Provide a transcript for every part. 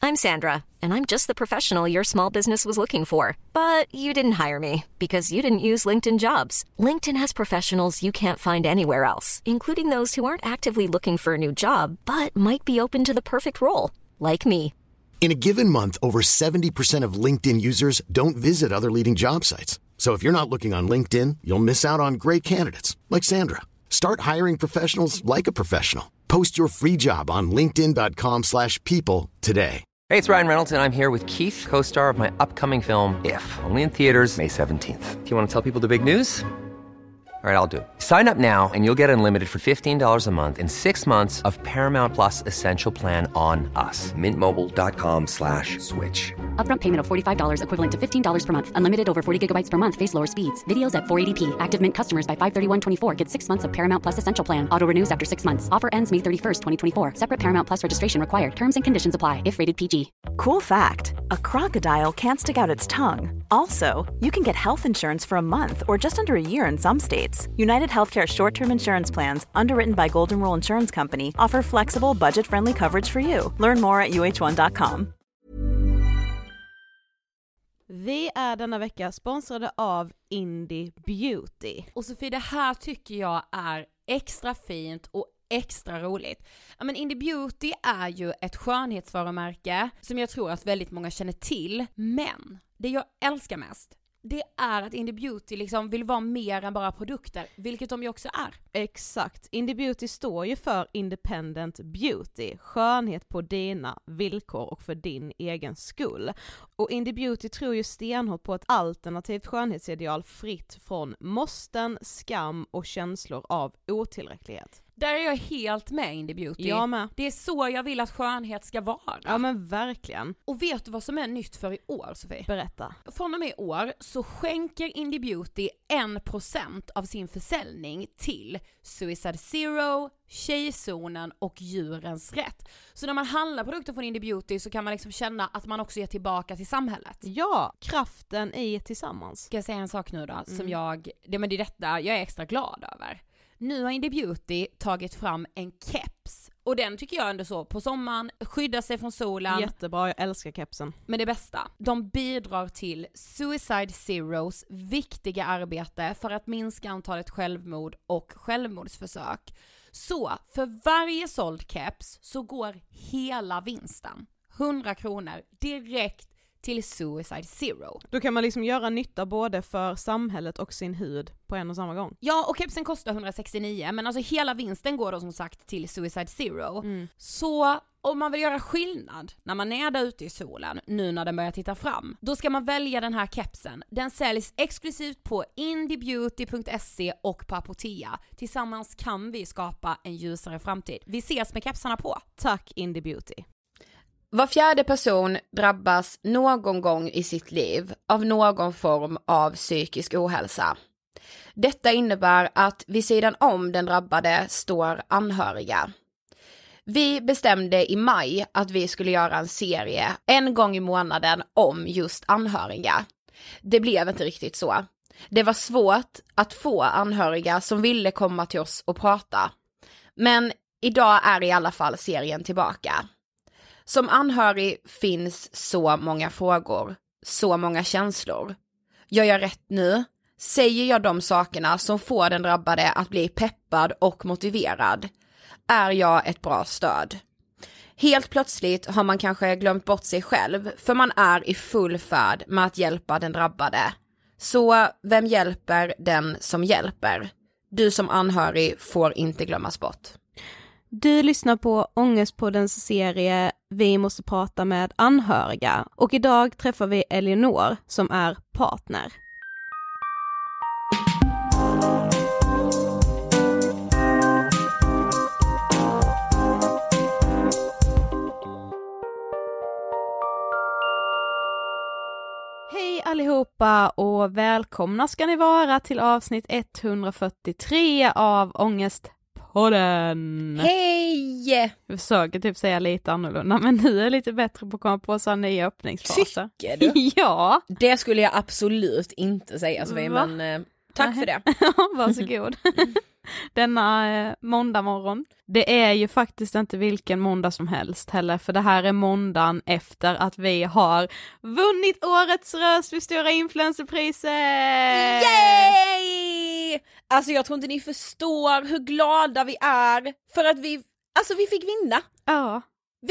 I'm Sandra, and I'm just the professional your small business was looking for. But you didn't hire me because you didn't use LinkedIn Jobs. LinkedIn has professionals you can't find anywhere else, including those who aren't actively looking for a new job, but might be open to the perfect role, like me. In a given month, over 70% of LinkedIn users don't visit other leading job sites. So if you're not looking on LinkedIn, you'll miss out on great candidates like Sandra. Start hiring professionals like a professional. Post your free job on linkedin.com/people today. Hey, it's Ryan Reynolds, and I'm here with Keith, co-star of my upcoming film, If, only in theaters May 17th. Do you want to tell people the big news? All right, I'll do it. Sign up now and you'll get unlimited for $15 a month and 6 months of Paramount Plus Essential Plan on us. Mintmobile.com/switch. Upfront payment of $45 equivalent to $15 per month. Unlimited over 40 gigabytes per month. Face lower speeds. Videos at 480p. Active Mint customers by 531.24 get 6 months of Paramount Plus Essential Plan. Auto renews after 6 months. Offer ends May 31st, 2024. Separate Paramount Plus registration required. Terms and conditions apply if rated PG. Cool fact, a crocodile can't stick out its tongue. Also, you can get health insurance for a month or just under a year in some states. United Healthcare short-term insurance plans, underwritten by Golden Rule Insurance Company, offer flexible, budget-friendly coverage for you. Learn more at uh1.com. Vi är denna vecka sponsrade av Indie Beauty. Och Sofie, det här tycker jag är extra fint och extra roligt. Ja, men Indie Beauty är ju ett skönhetsvarumärke som jag tror att väldigt många känner till. Men det jag älskar mest, det är att Indie Beauty liksom vill vara mer än bara produkter, vilket de ju också är. Exakt. Indie Beauty står ju för Independent Beauty. Skönhet på dina villkor och för din egen skull. Och Indie Beauty tror ju stenhårt på ett alternativt skönhetsideal fritt från måsten, skam och känslor av otillräcklighet. Där är jag helt med Indie Beauty. Jag med. Det är så jag vill att skönhet ska vara. Ja men verkligen. Och vet du vad som är nytt för i år, Sofie? Berätta. Från och med i år så skänker Indie Beauty 1% av sin försäljning till Suicide Zero, Tjejzonen och Djurens Rätt. Så när man handlar produkter från Indie Beauty så kan man liksom känna att man också ger tillbaka till samhället. Ja, kraften i tillsammans. Ska jag säga en sak nu då som det är detta jag är extra glad över. Nu har Indie Beauty tagit fram en keps. Och den tycker jag ändå så på sommaren, skydda sig från solen. Jättebra, jag älskar kepsen. Men det bästa, de bidrar till Suicide Zeros viktiga arbete för att minska antalet självmord och självmordsförsök. Så för varje såld keps så går hela vinsten, 100 kronor, direkt till Suicide Zero. Då kan man liksom göra nytta både för samhället och sin hud på en och samma gång. Ja, och kepsen kostar 169, men alltså hela vinsten går då som sagt till Suicide Zero. Så om man vill göra skillnad när man är där ute i solen, nu när den börjar titta fram, då ska man välja den här kepsen. Den säljs exklusivt på indiebeauty.se och på Apotea. Tillsammans kan vi skapa en ljusare framtid. Vi ses med kepsarna på. Tack Indie Beauty. Var fjärde person drabbas någon gång i sitt liv av någon form av psykisk ohälsa. Detta innebär att vid sidan om den drabbade står anhöriga. Vi bestämde i maj att vi skulle göra en serie en gång i månaden om just anhöriga. Det blev inte riktigt så. Det var svårt att få anhöriga som ville komma till oss och prata. Men idag är i alla fall serien tillbaka. Som anhörig finns så många frågor, så många känslor. Gör jag rätt nu? Säger jag de sakerna som får den drabbade att bli peppad och motiverad? Är jag ett bra stöd? Helt plötsligt har man kanske glömt bort sig själv, för man är i full färd med att hjälpa den drabbade. Så vem hjälper den som hjälper? Du som anhörig får inte glömmas bort. Du lyssnar på Ångestpoddens serie Vi måste prata med anhöriga, och idag träffar vi Eleanor som är partner. Hej allihopa och välkomna ska ni vara till avsnitt 143 av Ångestpodden. Hej! Jag försöker typ säga lite annorlunda, men ni är lite bättre på att komma på sådana nya öppningsfaser. Tycker du? Ja. Det skulle jag absolut inte säga, men tack för det. Varsågod. denna måndag morgon. Det är ju faktiskt inte vilken måndag som helst heller, för det här är måndagen efter att vi har vunnit årets röst vid Stora influencerpriset! Yay! Alltså jag tror inte ni förstår hur glada vi är för att vi fick vinna. Ja.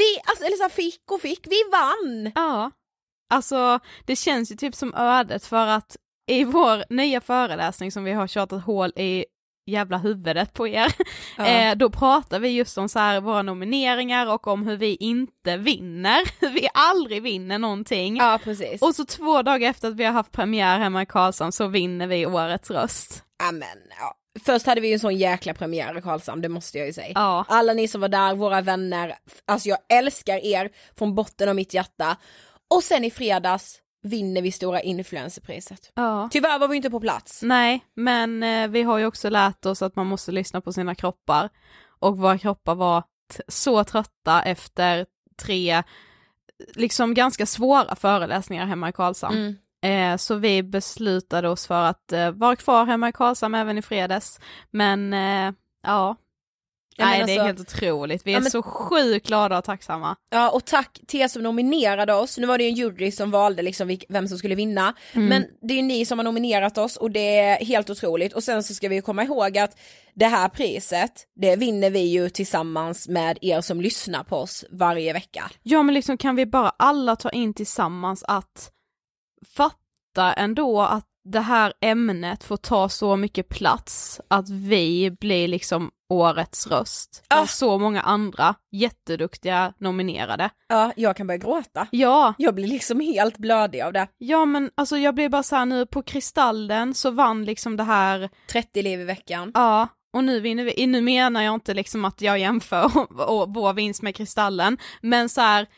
Vi vann! Ja. Alltså det känns ju typ som ödet, för att i vår nya föreläsning som vi har tjatat hål i jävla huvudet på er, då pratar vi just om så här våra nomineringar och om hur vi inte vinner, vi aldrig vinner någonting. Ja, precis. Och så 2 dagar efter att vi har haft premiär hemma i Karlshamn så vinner vi årets röst. Amen, ja. Först hade vi ju en sån jäkla premiär i Karlshamn, det måste jag ju säga. Ja. Alla ni som var där, våra vänner, alltså jag älskar er från botten av mitt hjärta. Och sen i fredags vinner vi Stora influencerpriset. Ja. Tyvärr var vi inte på plats. Nej, men vi har ju också lärt oss att man måste lyssna på sina kroppar. Och våra kroppar var så trötta efter 3 liksom ganska svåra föreläsningar hemma i Karlshamn. Så vi beslutade oss för att vara kvar hemma i Karlshamn även i fredags. Men ja... Nej, det är helt otroligt. Vi är så sjukt glada och tacksamma. Ja, och tack till er som nominerade oss. Nu var det ju en jury som valde liksom vem som skulle vinna. Men det är ju ni som har nominerat oss och det är helt otroligt. Och sen så ska vi ju komma ihåg att det här priset, det vinner vi ju tillsammans med er som lyssnar på oss varje vecka. Ja, men liksom kan vi bara alla ta in tillsammans att fatta ändå att det här ämnet får ta så mycket plats att vi blir liksom årets röst. Och så många andra jätteduktiga nominerade. Ja, jag kan börja gråta. Ja. Jag blir liksom helt blödig av det. Ja, men alltså jag blir bara så här, nu på Kristallen så vann liksom det här 30 liv i veckan. Ja, och nu vinner vi. Nu menar jag inte liksom att jag jämför vår vinst med Kristallen, men så här.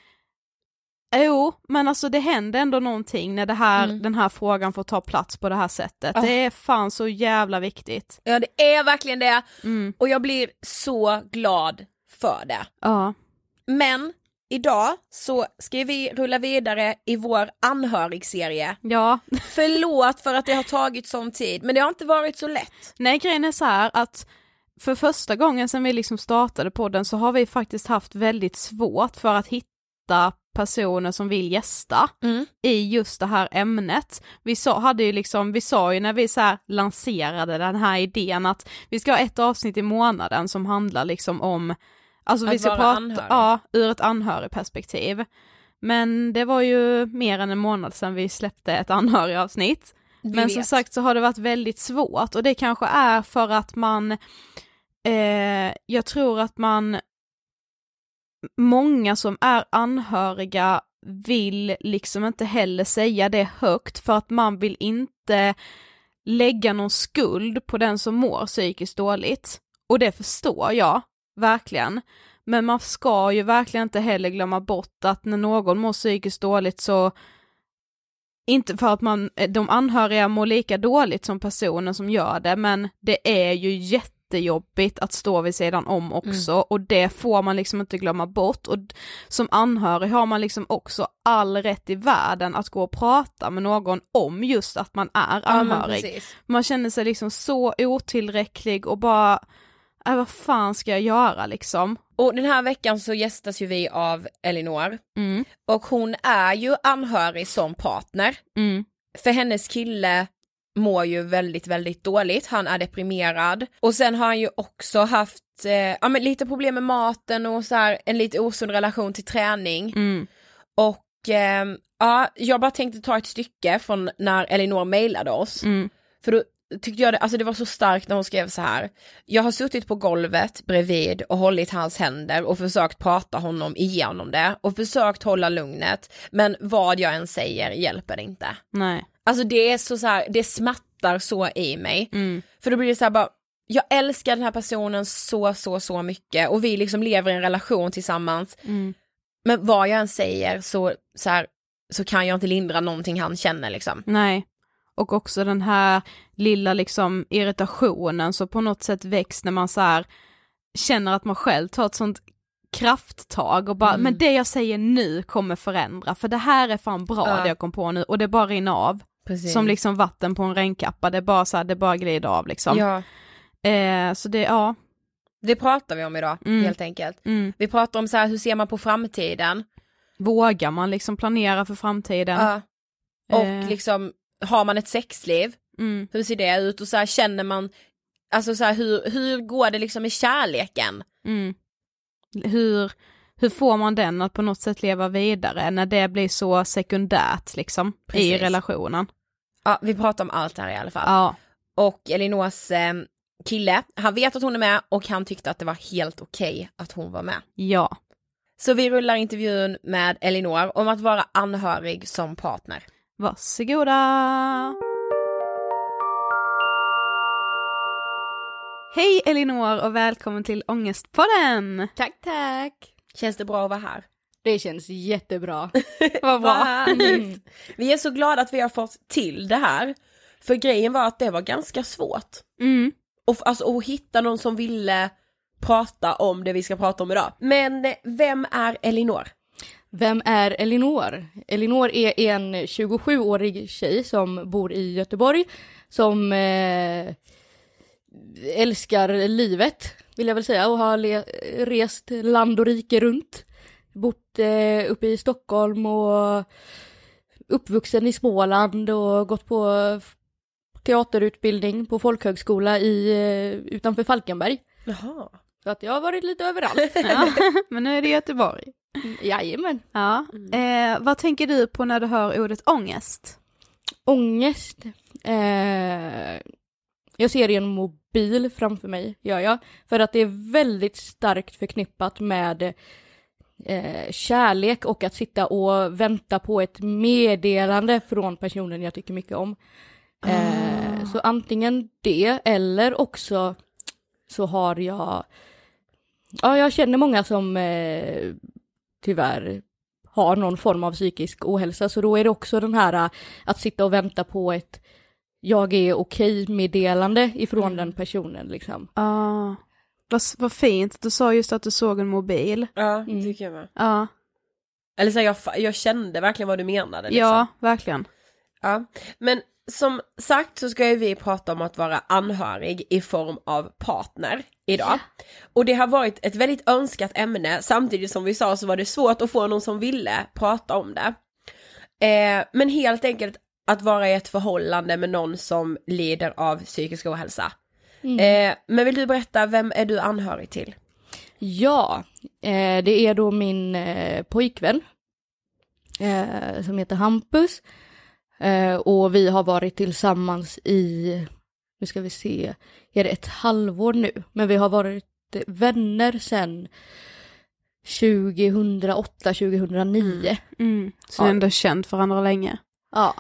Jo, men alltså det händer ändå någonting när den här frågan får ta plats på det här sättet. Det är fan så jävla viktigt. Ja, det är verkligen det. Och jag blir så glad för det. Ja. Men idag så ska vi rulla vidare i vår anhörigserie. Ja. Förlåt för att det har tagit sån tid, men det har inte varit så lätt. Nej, grejen är så här att för första gången sedan vi liksom startade podden så har vi faktiskt haft väldigt svårt för att hitta personer som vill gästa i just det här ämnet. Vi sa ju när vi så här lanserade den här idén att vi ska ha ett avsnitt i månaden som handlar liksom om, alltså vi ska prata ur ett anhörigperspektiv. Men det var ju mer än en månad sedan vi släppte ett anhörigavsnitt. Men som sagt så har det varit väldigt svårt, och det kanske är för att man jag tror att många som är anhöriga vill liksom inte heller säga det högt, för att man vill inte lägga någon skuld på den som mår psykiskt dåligt. Och det förstår jag, verkligen. Men man ska ju verkligen inte heller glömma bort att när någon mår psykiskt dåligt så, inte för att de anhöriga mår lika dåligt som personen som gör det, men det är ju jättejobbigt att stå vid sidan om också, och det får man liksom inte glömma bort. Och som anhörig har man liksom också all rätt i världen att gå och prata med någon om just att man är anhörig. Man känner sig liksom så otillräcklig och bara, vad fan ska jag göra liksom? Och den här veckan så gästas ju vi av Elinor, och hon är ju anhörig som partner. För hennes kille mår ju väldigt, väldigt dåligt. Han är deprimerad. Och sen har han ju också haft lite problem med maten och så här, en lite osund relation till träning. Och jag bara tänkte ta ett stycke från när Elinor mejlade oss. För då tyckte jag det var så starkt när hon skrev så här: jag har suttit på golvet bredvid och hållit hans händer och försökt prata honom igenom det och försökt hålla lugnet, men vad jag än säger hjälper det inte. Nej. Alltså det är så här, det smattar så i mig. För då blir det så här bara, jag älskar den här personen så mycket och vi liksom lever i en relation tillsammans. Men vad jag än säger så kan jag inte lindra någonting han känner liksom. Nej. Och också den här lilla liksom irritationen så på något sätt väcks när man så här känner att man själv tar ett sånt krafttag och bara, men det jag säger nu kommer förändra, för det här är fan bra det jag kom på nu, och det bara rinner av. Precis. Som liksom vatten på en regnkappa, det bara så här, det bara glider av liksom. Så det, ja. Det pratar vi om idag, helt enkelt. Vi pratar om så här, hur ser man på framtiden? Vågar man liksom planera för framtiden? Ja. Och liksom, har man ett sexliv? Hur ser det ut? Och så här, känner man, alltså så här, hur går det liksom i kärleken? Hur får man den att på något sätt leva vidare när det blir så sekundärt liksom i relationen? Ja, vi pratar om allt här i alla fall. Ja. Och Elinors kille, han vet att hon är med och han tyckte att det var helt okej att hon var med. Ja. Så vi rullar intervjun med Elinor om att vara anhörig som partner. Varsågoda! Hej Elinor och välkommen till Ångestpodden! Tack! Känns det bra att vara här? Det känns jättebra. Vad bra! Vi är så glada att vi har fått till det här. För grejen var att det var ganska svårt. Att hitta någon som ville prata om det vi ska prata om idag. Men vem är Elinor? Vem är Elinor? Elinor är en 27-årig tjej som bor i Göteborg. Som älskar livet, vill jag väl säga. Och har rest land och rike runt. Bott uppe i Stockholm och uppvuxen i Småland och gått på teaterutbildning på folkhögskola utanför Falkenberg. Jaha. Så att jag har varit lite överallt. Ja, men nu är det Göteborg. Jajamän. Ja. Vad tänker du på när du hör ordet ångest? Ångest? Jag ser en mobil framför mig, gör jag. För att det är väldigt starkt förknippat med kärlek och att sitta och vänta på ett meddelande från personen jag tycker mycket om. Så antingen det eller också så har jag känner många som tyvärr har någon form av psykisk ohälsa, så då är det också den här att sitta och vänta på ett jag är okej meddelande ifrån den personen liksom. Vad fint, du sa just att du såg en mobil. Ja, tycker jag med. Ja. Eller så jag kände verkligen vad du menade. Liksom. Ja, verkligen. Ja, men som sagt så ska ju vi prata om att vara anhörig i form av partner idag. Och det har varit ett väldigt önskat ämne, samtidigt som vi sa så var det svårt att få någon som ville prata om det. Men helt enkelt att vara i ett förhållande med någon som lider av psykisk ohälsa. Men vill du berätta, vem är du anhörig till? Ja, det är då min pojkvän som heter Hampus. Och vi har varit tillsammans i, nu ska vi se, är det ett halvår nu. Men vi har varit vänner sedan 2008-2009. Så ni ändå känt för varandra länge. Ja.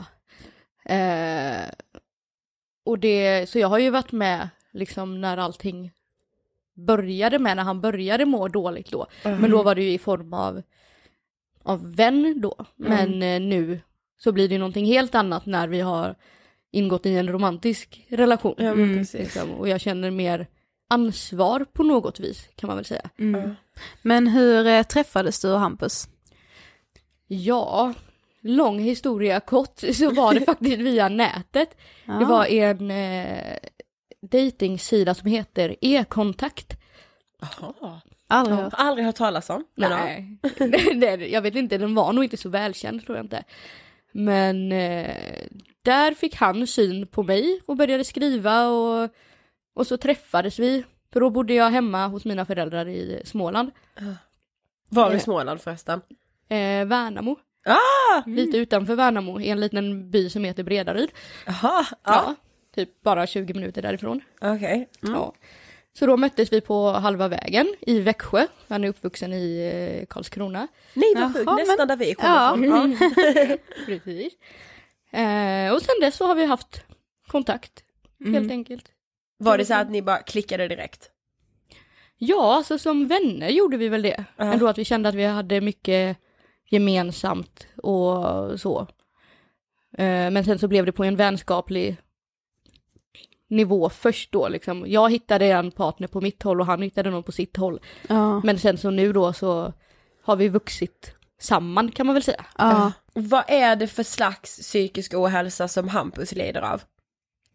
Så jag har ju varit med liksom när allting började med, när han började må dåligt då. Men då var det ju i form av vän då. Men nu så blir det någonting helt annat när vi har ingått i en romantisk relation. Liksom. Och jag känner mer ansvar på något vis, kan man väl säga. Men hur träffades du och Hampus? Ja, lång historia kort, så var det faktiskt via nätet. Det var en dejtingsida som heter e-kontakt. Jaha. Aldrig hört talas om. Nej, jag vet inte, den var nog inte så välkänd, tror jag inte. Men där fick han syn på mig och började skriva och så träffades vi. För då bodde jag hemma hos mina föräldrar i Småland. Var i Småland förresten? Värnamo. Lite utanför Värnamo, i en liten by som heter Bredaryd. Ja, typ bara 20 minuter därifrån. Okej. Ja. Så då möttes vi på halva vägen i Växjö. Han är uppvuxen i Karlskrona. Nej, vad sjukt. Nästan där vi kommer från. Precis. Och sen dess så har vi haft kontakt, helt enkelt. Var det så att ni bara klickade direkt? Ja, alltså som vänner gjorde vi väl det. Ändå att vi kände att vi hade mycket gemensamt och så. Men sen så blev det på en vänskaplig nivå först då liksom. Jag hittade en partner på mitt håll och han hittade någon på sitt håll. Men sen så nu då så har vi vuxit samman, kan man väl säga. Vad är det för slags psykisk ohälsa som Hampus lider av?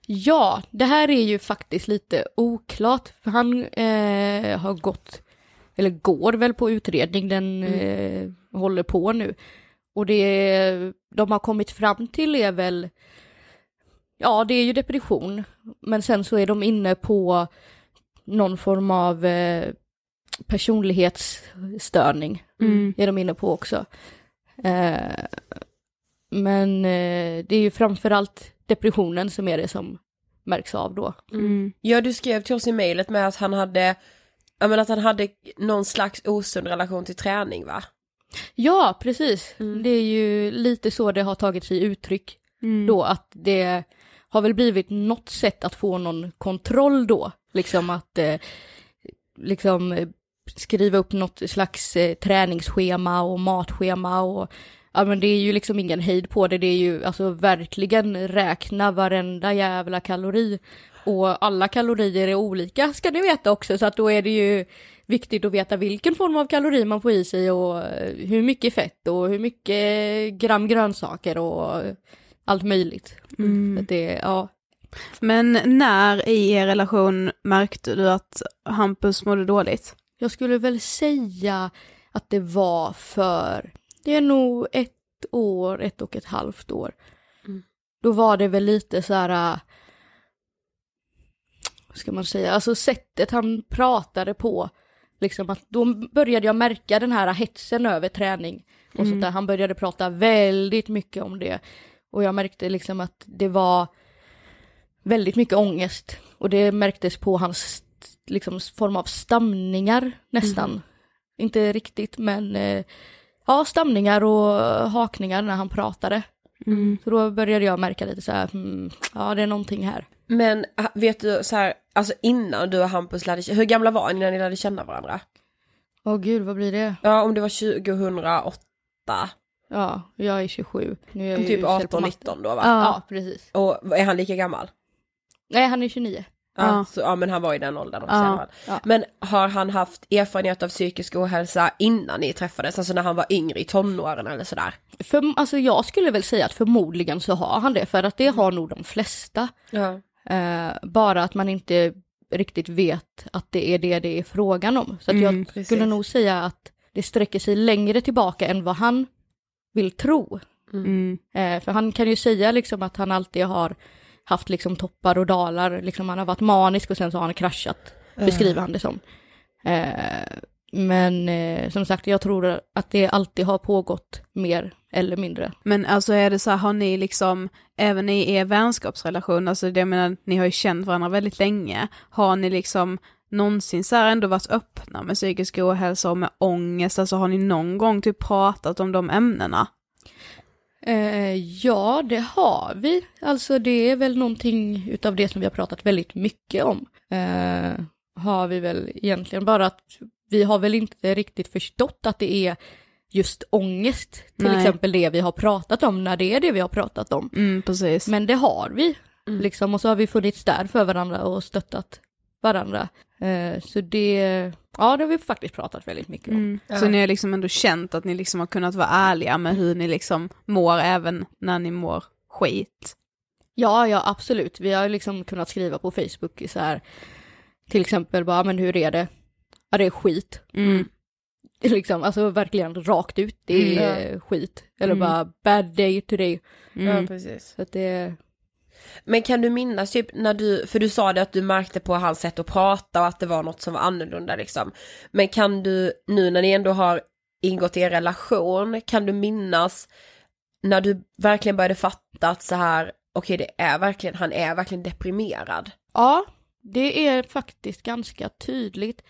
Ja, det här är ju faktiskt lite oklart. För han har gått, eller går väl på utredning, den håller på nu. Och det de har kommit fram till är väl, ja det är ju depression. Men sen så är de inne på någon form av personlighetsstörning. Är de inne på också. Men det är ju framförallt depressionen som är det som märks av då. Ja, du skrev till oss i mejlet med att han hade någon slags osund relation till träning, va? Ja, precis. Det är ju lite så det har tagit sig uttryck då, att det har väl blivit något sätt att få någon kontroll då. Liksom att skriva upp något slags träningsschema och matschema och ja, men det är ju liksom ingen hejd på det. Det är ju alltså verkligen räkna varenda jävla kalori. Och alla kalorier är olika, ska ni veta också. Så att då är det ju viktigt att veta vilken form av kalori man får i sig och hur mycket fett och hur mycket gram grönsaker och allt möjligt. Så det, ja. Men när i er relation märkte du att Hampus mådde dåligt? Jag skulle väl säga att det var det är nog 1 och ett halvt år. Då var det väl lite så här, vad ska man säga, alltså sättet han pratade på, liksom att då började jag märka den här hetsen över träning och sånt där. Han började prata väldigt mycket om det och jag märkte liksom att det var väldigt mycket ångest och det märktes på hans liksom form av stamningar nästan. Inte riktigt, men ja, stamningar och hakningar när han pratade. Så då började jag märka lite så här, ja det är någonting här. Men vet du så här, alltså innan du och Hampus lärde känna, hur gamla var ni när ni lärde känna varandra? Åh gud, vad blir det? Ja, om det var 2008. Ja, jag är 27. Nu är jag typ 18-19 då, va? Ja, precis. Och är han lika gammal? Nej, han är 29. Ja, så, ja, men han var i den åldern också. Ja. Men har han haft erfarenhet av psykisk ohälsa innan ni träffades? Alltså när han var yngre i tonåren eller sådär? Alltså jag skulle väl säga att förmodligen så har han det. För att det har nog de flesta. Ja. Bara att man inte riktigt vet att det är frågan om. Så att jag skulle nog säga att det sträcker sig längre tillbaka än vad han vill tro. För han kan ju säga liksom att han alltid har haft liksom toppar och dalar, liksom han har varit manisk och sen så har han kraschat, beskriver han det som. Men som sagt, jag tror att det alltid har pågått mer eller mindre. Men alltså är det så här, har ni liksom, även i er vänskapsrelation, alltså det, jag menar, ni har ju känt varandra väldigt länge, har ni liksom någonsin så här ändå varit öppna med psykisk ohälsa och med ångest, alltså har ni någon gång typ pratat om de ämnena? Ja, det har vi. Alltså det är väl någonting utav det som vi har pratat väldigt mycket om. Har vi väl egentligen, bara att vi har väl inte riktigt förstått att det är just ångest till exempel det vi har pratat om när det är det vi har pratat om. Precis. Men det har vi liksom, och så har vi funnits där för varandra och stöttat varandra. Så det har vi faktiskt pratat väldigt mycket om. Så ni har liksom ändå känt att ni liksom har kunnat vara ärliga med hur ni liksom mår även när ni mår skit? Ja, absolut. Vi har liksom kunnat skriva på Facebook så här, till exempel bara, men hur är det? Ja, det är skit. Liksom, alltså verkligen rakt ut, det är skit. Eller bara bad day today. Ja, precis. Så att det... Men kan du minnas typ när för du sa det att du märkte på hans sätt att prata och att det var något som var annorlunda liksom. Men kan du, nu när ni ändå har ingått i en relation, kan du minnas när du verkligen började fatta att så här, okej, han är verkligen deprimerad? Ja, det är faktiskt ganska tydligt.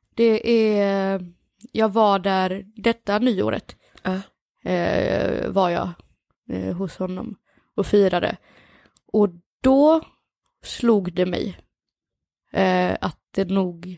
Jag var där detta nyåret. Var jag hos honom och firade. Och då slog det mig att det nog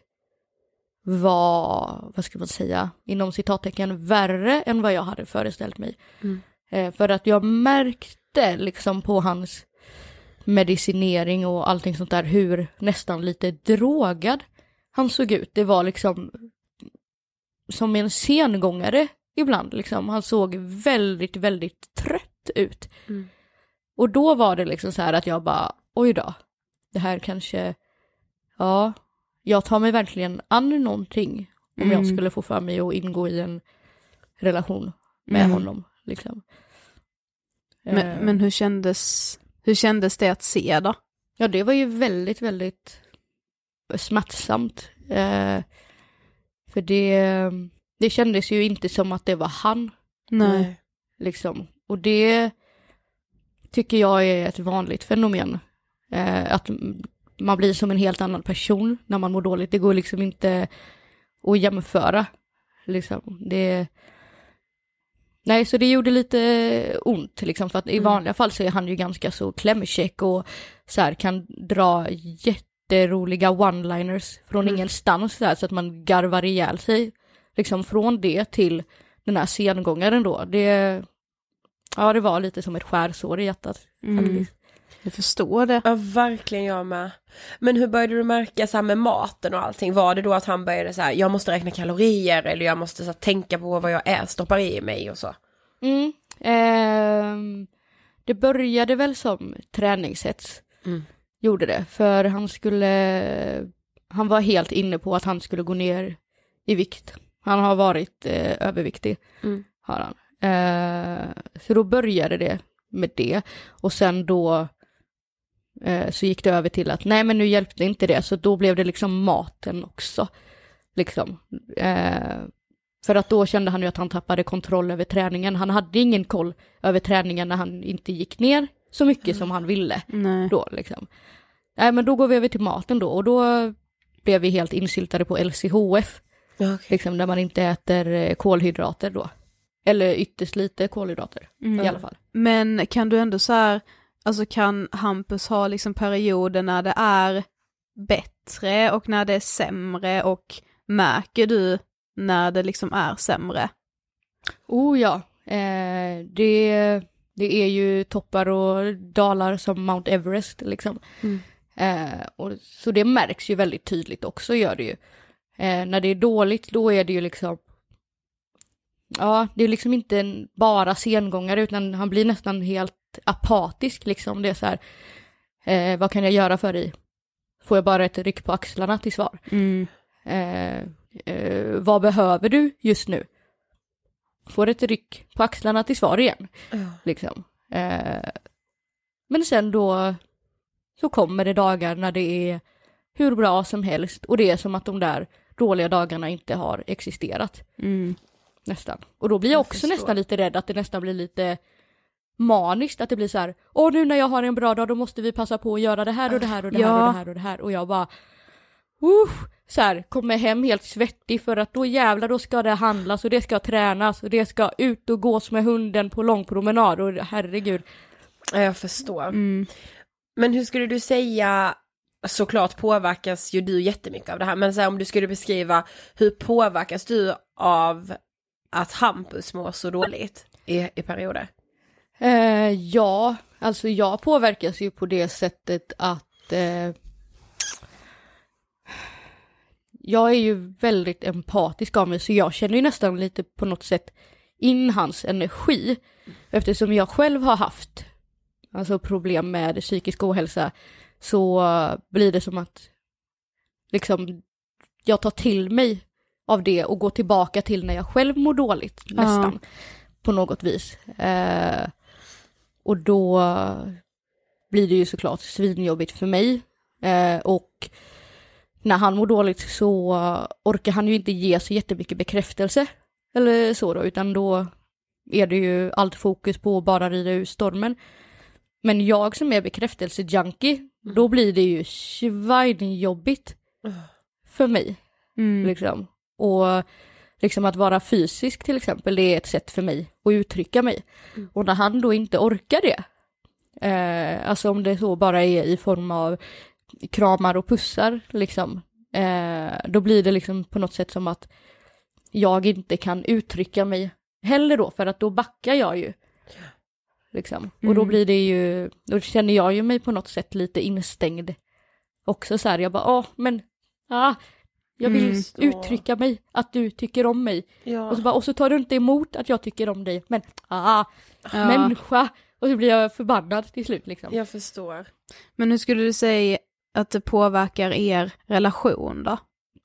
var, vad ska man säga, inom citattecken värre än vad jag hade föreställt mig. För att jag märkte liksom på hans medicinering och allting sånt där hur nästan lite drogad han såg ut. Det var liksom som en sengångare ibland. Liksom. Han såg väldigt, väldigt trött ut. Och då var det liksom så här att jag bara, oj då, det här kanske, ja, jag tar mig verkligen an någonting om jag skulle få för mig att ingå i en relation med honom. Liksom. Men hur kändes det att se då? Ja, det var ju väldigt, väldigt smärtsamt. För det kändes ju inte som att det var han. Nej. Liksom. Och det tycker jag är ett vanligt fenomen. Att man blir som en helt annan person när man mår dåligt. Det går liksom inte att jämföra. Liksom. Nej, så det gjorde lite ont liksom, för att i vanliga fall så är han ju ganska så klämkäck och så här, kan dra jätteroliga one-liners från ingenstans så att man garvar ihjäl sig. Liksom från det till den här sengångaren då. Det var lite som ett skärsår i hjärtat. Jag förstår det. Ja, verkligen jag med. Men hur började du märka så här med maten och allting? Var det då att han började så här, jag måste räkna kalorier eller jag måste så här, tänka på vad jag stoppar i mig och så? Det började väl som träningshets. Gjorde det. För han var helt inne på att han skulle gå ner i vikt. Han har varit överviktig. Har han. Så då började det med det. Och sen då så gick det över till att nej, men nu hjälpte inte det. Så då blev det liksom maten också. Liksom. För att då kände han ju att han tappade kontroll över träningen. Han hade ingen koll över träningen när han inte gick ner så mycket som han ville. Då liksom. Nej, men då går vi över till maten då. Och då blev vi helt insyltade på LCHF. Okay. Liksom, där man inte äter kolhydrater då. Eller ytterst lite kolhydrater i alla fall. Men kan du ändå så här, alltså kan Hampus ha liksom perioder när det är bättre och när det är sämre, och märker du när det liksom är sämre? Oh ja, det är ju toppar och dalar som Mount Everest liksom. Och så det märks ju väldigt tydligt också, gör det ju. När det är dåligt, då är det ju liksom, ja, det är liksom inte bara sengångare, utan han blir nästan helt apatisk liksom. Det är så här, vad kan jag göra för dig? Får jag bara ett ryck på axlarna till svar? Vad behöver du just nu? Får ett ryck på axlarna till svar igen. Liksom. Men sen då så kommer det dagar när det är hur bra som helst, och det är som att de där dåliga dagarna inte har existerat. Nästan. Och då blir jag också nästan lite rädd att det nästan blir lite maniskt, att det blir så här, nu när jag har en bra dag då måste vi passa på att göra det här och det här och det här och det här och det här, och jag bara så här, kommer hem helt svettig för att då jävlar, då ska det handlas och det ska tränas och det ska ut och gås med hunden på lång promenad, och herregud. Jag förstår. Men hur skulle du säga, såklart påverkas ju du jättemycket av det här, men så här, om du skulle beskriva, hur påverkas du av att Hampus mår så dåligt i perioder? Ja, alltså jag påverkas ju på det sättet att jag är ju väldigt empatisk av mig, så jag känner ju nästan lite på något sätt in hans energi, eftersom jag själv har haft alltså problem med psykisk ohälsa, så blir det som att liksom jag tar till mig av det och går tillbaka till när jag själv mår dåligt nästan på något vis. Och då blir det ju såklart svinjobbigt för mig. Och när han mår dåligt så orkar han ju inte ge så jättemycket bekräftelse eller så då, utan då är det ju allt fokus på att bara rida ur stormen. Men jag som är bekräftelsejunkie, då blir det ju svinjobbigt för mig. Liksom. Och liksom att vara fysisk till exempel, det är ett sätt för mig att uttrycka mig. Och när han då inte orkar det, alltså om det så bara är i form av kramar och pussar liksom, då blir det liksom på något sätt som att jag inte kan uttrycka mig heller då, för att då backar jag ju. Liksom. Och då blir det ju, då känner jag ju mig på något sätt lite instängd också så här, jag bara, jag vill uttrycka mig, att du tycker om mig. Och så tar du inte emot att jag tycker om dig, men människa. Och så blir jag förbannad till slut liksom. Jag förstår. Men hur skulle du säga, att det påverkar er relation då?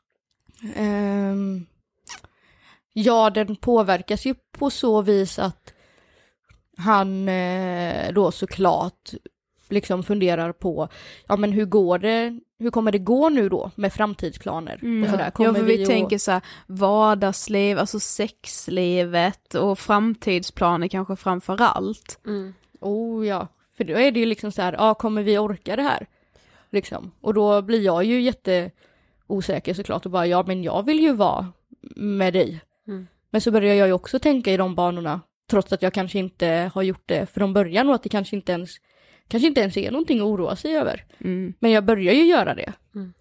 Ja, den påverkas ju på så vis att han då såklart liksom funderar på, ja men hur kommer det gå nu då med framtidsplaner? Och sådär. Ja, för vi tänker så här, vardagsliv, alltså sexlivet och framtidsplaner kanske framför allt. Oh ja, för då är det ju liksom så här, ja kommer vi orka det här? Liksom. Och då blir jag ju jätteosäker såklart och bara, ja men jag vill ju vara med dig. Men så börjar jag ju också tänka i de banorna, trots att jag kanske inte har gjort det från början och att det kanske inte ens är någonting att oroa sig över. Men jag börjar ju göra det.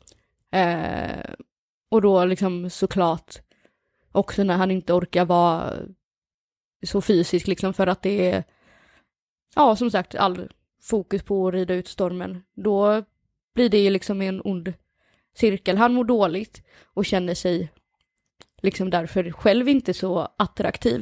Och då liksom såklart också när han inte orkar vara så fysisk liksom, för att det är, ja som sagt, all fokus på att rida ut stormen. Då blir det ju liksom en ond cirkel. Han mår dåligt och känner sig liksom därför själv inte så attraktiv.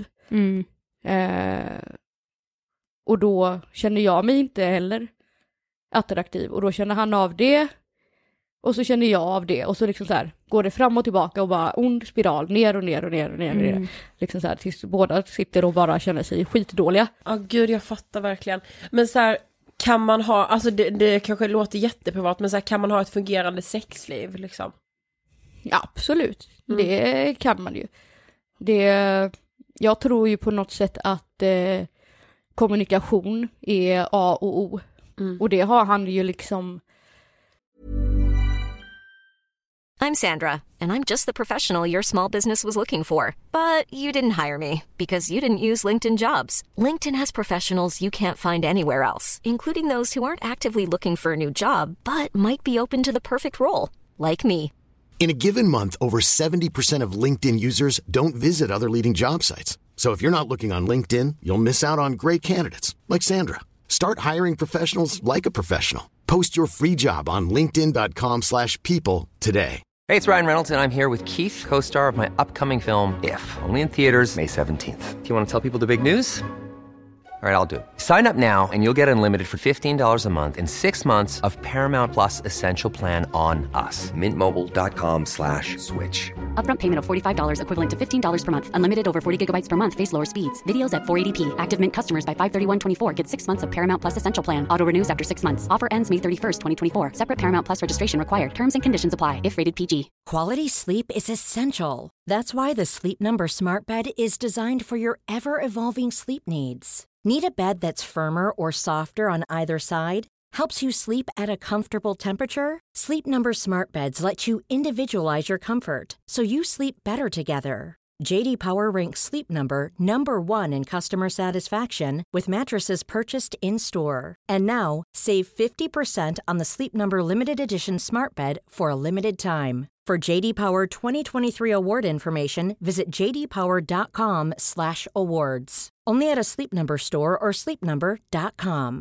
Och då känner jag mig inte heller attraktiv. Och då känner han av det. Och så känner jag av det. Och så liksom så här går det fram och tillbaka och bara ond spiral. Ner och ner och ner och ner. Ner. Liksom så här tills båda sitter och bara känner sig skitdåliga. Ja gud, jag fattar verkligen. Men så här, kan man ha, alltså det kanske låter jätteprivat, men så här, kan man ha ett fungerande sexliv liksom? Ja, absolut. Det kan man ju. Jag tror ju på något sätt att kommunikation är A och O. Och det har han ju liksom. I'm Sandra, and I'm just the professional your small business was looking for. But you didn't hire me because you didn't use LinkedIn Jobs. LinkedIn has professionals you can't find anywhere else, including those who aren't actively looking for a new job, but might be open to the perfect role, like me. In a given month, over 70% of LinkedIn users don't visit other leading job sites. So if you're not looking on LinkedIn, you'll miss out on great candidates like Sandra. Start hiring professionals like a professional. Post your free job on linkedin.com/people today. Hey, it's Ryan Reynolds, and I'm here with Keith, co-star of my upcoming film, If, only in theaters May 17th. Do you want to tell people the big news? All right, I'll do it. Sign up now and you'll get unlimited for $15 a month and 6 months of Paramount Plus Essential Plan on us. MintMobile.com/switch. Upfront payment of $45 equivalent to $15 per month. Unlimited over 40 gigabytes per month. Face lower speeds. Videos at 480p. Active Mint customers by 531.24 get 6 months of Paramount Plus Essential Plan. Auto renews after 6 months. Offer ends May 31st, 2024. Separate Paramount Plus registration required. Terms and conditions apply if rated PG. Quality sleep is essential. That's why the Sleep Number Smart Bed is designed for your ever-evolving sleep needs. Need a bed that's firmer or softer on either side? Helps you sleep at a comfortable temperature? Sleep Number Smart Beds let you individualize your comfort, so you sleep better together. JD Power ranks Sleep Number #1 in customer satisfaction with mattresses purchased in-store. And now, save 50% on the Sleep Number Limited Edition Smart Bed for a limited time. For JD Power 2023 award information, visit jdpower.com/awards. Only at a Sleep Number store or sleepnumber.com.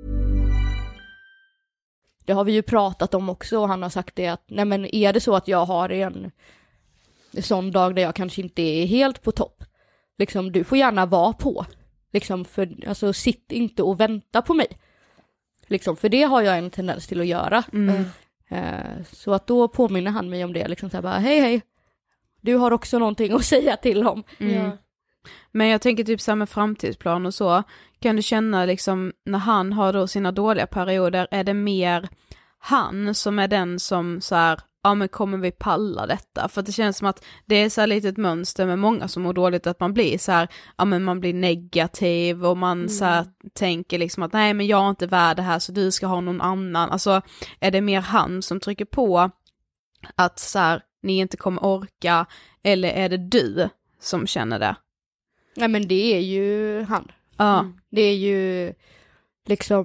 Det har vi ju pratat om också och han har sagt det att nej men är det så att jag har en sån dag där jag kanske inte är helt på topp, liksom du får gärna vara på, liksom för alltså sitt inte och vänta på mig, liksom för det har jag en tendens till att göra. Så att då påminner han mig om det, liksom så här bara hej, du har också någonting att säga till om. Ja. Men jag tänker typ så här med framtidsplan och så, kan du känna liksom när han har då sina dåliga perioder, är det mer han som är den som så här, ja men kommer vi palla detta? För det känns som att det är så här lite ett mönster med många som mår dåligt, att man blir så här, ja men man blir negativ och man så här tänker liksom att nej men jag är inte värd det här så du ska ha någon annan. Alltså är det mer han som trycker på att så här, ni inte kommer orka, eller är det du som känner det? Nej men det är ju han. Ja. Det är ju liksom,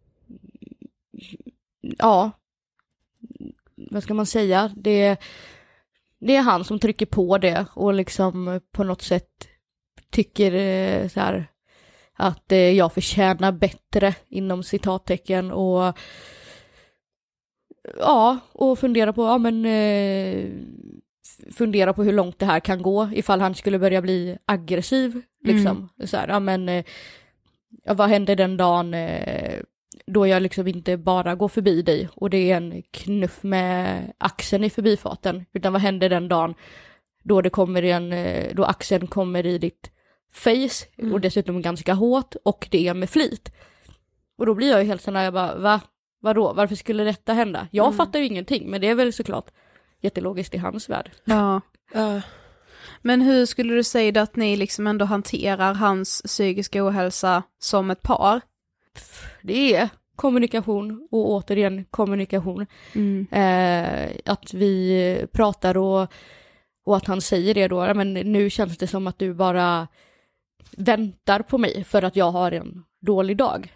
ja, vad ska man säga? Det är han som trycker på det och liksom på något sätt tycker så här att jag förtjänar bättre inom citattecken och ja, och fundera på fundera på hur långt det här kan gå ifall han skulle börja bli aggressiv liksom. Så här, vad händer den dagen då jag liksom inte bara går förbi dig och det är en knuff med axeln i förbifarten, utan vad händer den dagen då det kommer då axeln kommer i ditt face och dessutom ganska hårt och det är med flit. Och då blir jag ju helt sån här, jag bara, vadå? Varför skulle detta hända? Jag fattar ju ingenting, men det är väl såklart jättelogiskt i hans värld. Ja. Men hur skulle du säga att ni liksom ändå hanterar hans psykiska ohälsa som ett par? Det är kommunikation och återigen kommunikation. Att vi pratar och att han säger det då, men nu känns det som att du bara väntar på mig för att jag har en dålig dag.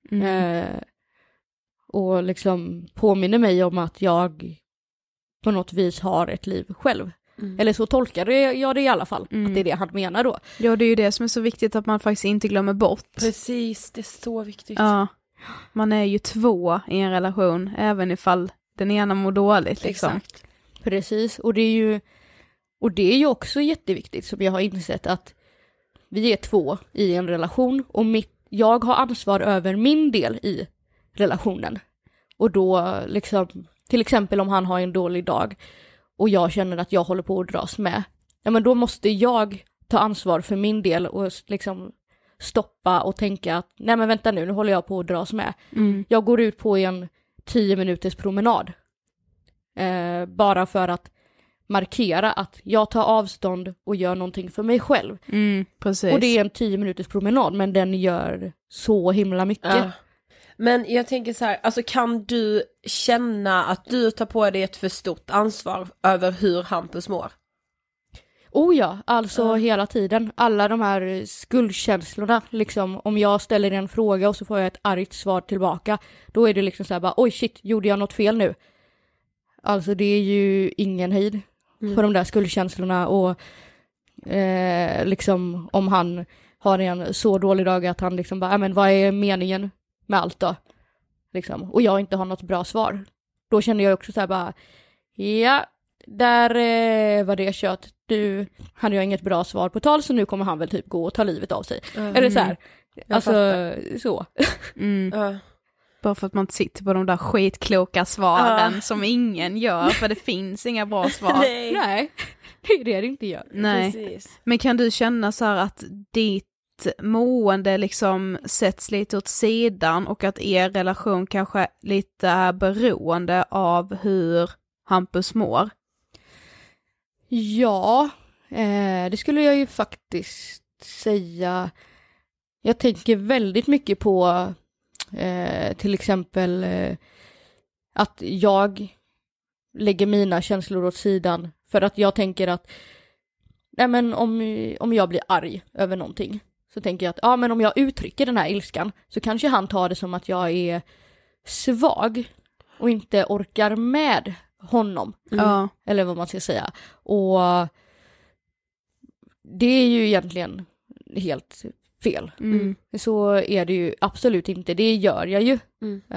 Och liksom påminner mig om att jag på något vis har ett liv själv. Eller så tolkar jag det i alla fall, att det är det han menar då. Ja, det är ju det som är så viktigt, att man faktiskt inte glömmer bort. Precis, det är så viktigt. Ja, man är ju 2 i en relation, även ifall den ena mår dåligt. Liksom. Exakt. Precis, och det är ju också jätteviktigt som jag har insett, att vi är 2 i en relation och jag har ansvar över min del i relationen. Och då liksom, till exempel om han har en dålig dag och jag känner att jag håller på att dras med, ja men då måste jag ta ansvar för min del och liksom stoppa och tänka att nej men vänta nu håller jag på att dras med. Jag går ut på en 10 minuters promenad. Bara för att markera att jag tar avstånd och gör någonting för mig själv. Precis. Och det är en 10 minuters promenad, men den gör så himla mycket. Ja. Men jag tänker så här, alltså kan du känna att du tar på dig ett för stort ansvar över hur Hampus mår? Oh ja, alltså hela tiden. Alla de här skuldkänslorna, liksom om jag ställer en fråga och så får jag ett argt svar tillbaka, då är det liksom så här bara, oj shit, gjorde jag något fel nu? Alltså det är ju ingen hejd på de där skuldkänslorna och liksom om han har en så dålig dag att han liksom bara, men vad är meningen med allt då? Liksom. Och jag inte har något bra svar. Då känner jag också så här bara, ja, där var det kört. Du hade jag inget bra svar på tal, så nu kommer han väl typ gå och ta livet av sig. Eller så här, alltså så. Bara för att man inte sitter på de där skitkloka svaren som ingen gör, för det finns inga bra svar. Nej, det är det inte gör. Nej. Precis. Men kan du känna så här att ditt mående liksom sätts lite åt sidan och att er relation kanske lite är beroende av hur Hampus mår? Ja, det skulle jag ju faktiskt säga. Jag tänker väldigt mycket på till exempel att jag lägger mina känslor åt sidan för att jag tänker att nej men om jag blir arg över någonting så tänker jag att ja men om jag uttrycker den här ilskan så kanske han tar det som att jag är svag och inte orkar med honom. Eller vad man ska säga. Och det är ju egentligen helt fel. Så är det ju absolut inte. Det gör jag ju.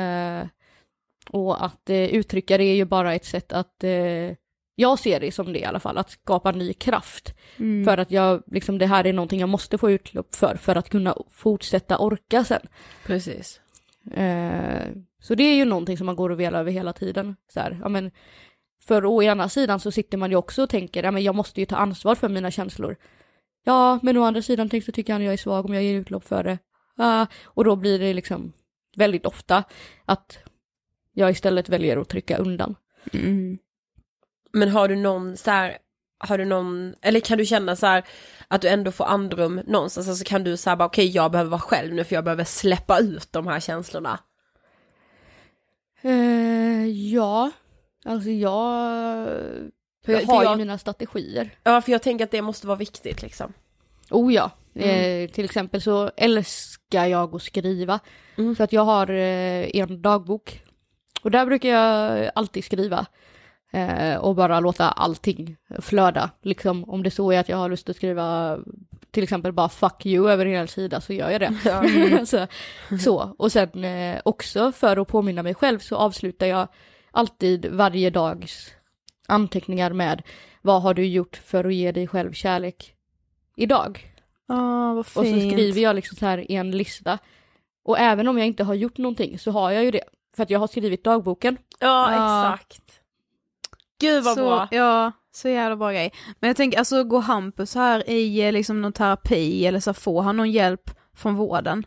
Och att uttrycka det är ju bara ett sätt att jag ser det som det i alla fall, att skapa ny kraft. För att jag, liksom, det här är någonting jag måste få utlopp för att kunna fortsätta orka sen. Precis. Så det är ju någonting som man går och velar över hela tiden. Så här, ja, men för å ena sidan så sitter man ju också och tänker, ja men jag måste ju ta ansvar för mina känslor. Ja, men å andra sidan så tycker han jag är svag om jag ger utlopp för det. Och då blir det liksom väldigt ofta att jag istället väljer att trycka undan. Men har du någon så här, eller kan du känna så här att du ändå får andrum någonstans? Alltså kan du säga bara okej, jag behöver vara själv nu för jag behöver släppa ut de här känslorna? Ja, alltså jag har ju mina strategier. Ja, för jag tänker att det måste vara viktigt liksom. Oh ja, till exempel så älskar jag att skriva. Så att jag har en dagbok. Och där brukar jag alltid skriva. Och bara låta allting flöda. Liksom, om det så är att jag har lust att skriva till exempel bara fuck you över hela sidan så gör jag det. Så. Och sen också för att påminna mig själv så avslutar jag alltid varje dags anteckningar med vad har du gjort för att ge dig själv kärlek idag? Vad fint. Och så skriver jag liksom så här en lista. Och även om jag inte har gjort någonting så har jag ju det. För att jag har skrivit dagboken. Ja, exakt. Gud vad bra. Ja, så jävla bra grej. Men jag tänker, alltså går Hampus här i liksom någon terapi eller så får han någon hjälp från vården?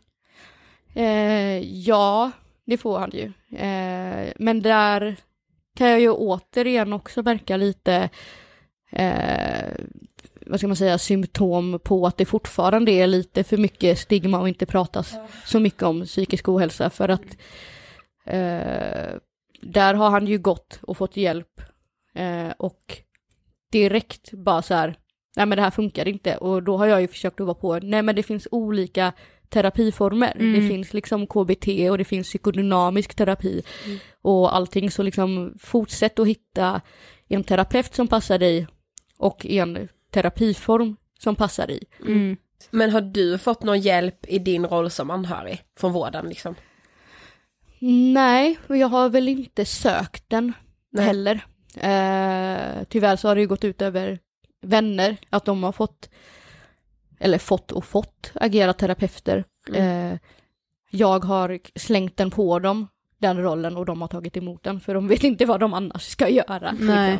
Ja, det får han ju. Men där kan jag ju återigen också märka lite vad ska man säga, symptom på att det fortfarande är lite för mycket stigma och inte pratas så mycket om psykisk ohälsa, för att där har han ju gått och fått hjälp och direkt bara så här, nej men det här funkar inte, och då har jag ju försökt att vara på, nej men det finns olika terapiformer, det finns liksom KBT och det finns psykodynamisk terapi och allting, så liksom fortsätt att hitta en terapeut som passar dig och en terapiform som passar dig. Men har du fått någon hjälp i din roll som anhörig från vården liksom? Nej, och jag har väl inte sökt den heller. Tyvärr så har det ju gått ut över vänner att de har fått agera terapeuter. Jag har slängt den på dem, den rollen, och de har tagit emot den, för de vet inte vad de annars ska göra. Nej.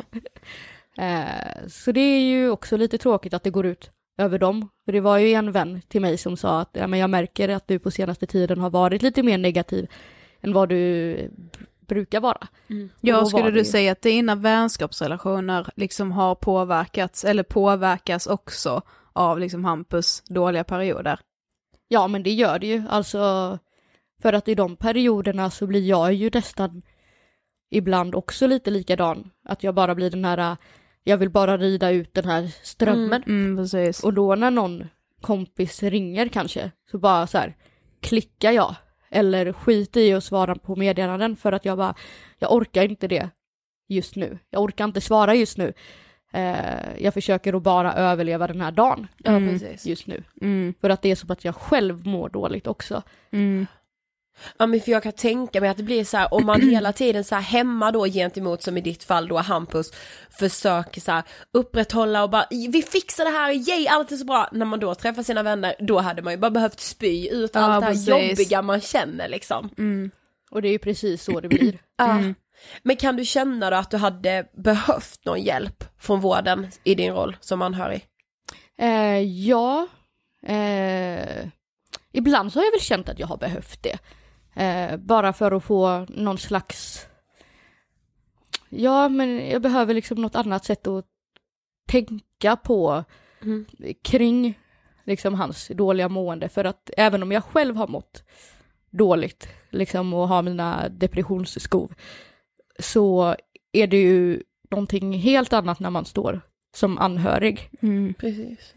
Så det är ju också lite tråkigt att det går ut över dem. För det var ju en vän till mig som sa att men jag märker att du på senaste tiden har varit lite mer negativ än vad du brukar vara. Ja, skulle du säga att dina vänskapsrelationer liksom har påverkats eller påverkas också av liksom Hampus dåliga perioder? Ja, men det gör det ju. Alltså, för att i de perioderna så blir jag ju nästan ibland också lite likadan. Att jag bara blir den här, jag vill bara rida ut den här strömmen. Precis. Och då när någon kompis ringer kanske, så bara så här klickar jag. Eller skiter i att svara på meddelanden, för att jag orkar inte det just nu. Jag orkar inte svara just nu. Jag försöker att bara överleva den här dagen just nu. För att det är så att jag själv mår dåligt också. Ja, men för jag kan tänka mig att det blir så här, om man hela tiden så här hemma då gentemot, som i ditt fall då Hampus, försöker så här upprätthålla och bara vi fixar det här, yay, allt är så bra. När man då träffar sina vänner, då hade man ju bara behövt spy ut allt det här jobbiga man känner liksom. Och det är ju precis så det blir. Men kan du känna då att du hade behövt någon hjälp från vården i din roll som anhörig? Ja. Ibland så har jag väl känt att jag har behövt det. Bara för att få någon slags... Ja, men jag behöver liksom något annat sätt att tänka på kring liksom hans dåliga mående. För att även om jag själv har mått dåligt liksom, och har mina depressionsskov, så är det ju någonting helt annat när man står som anhörig. Precis.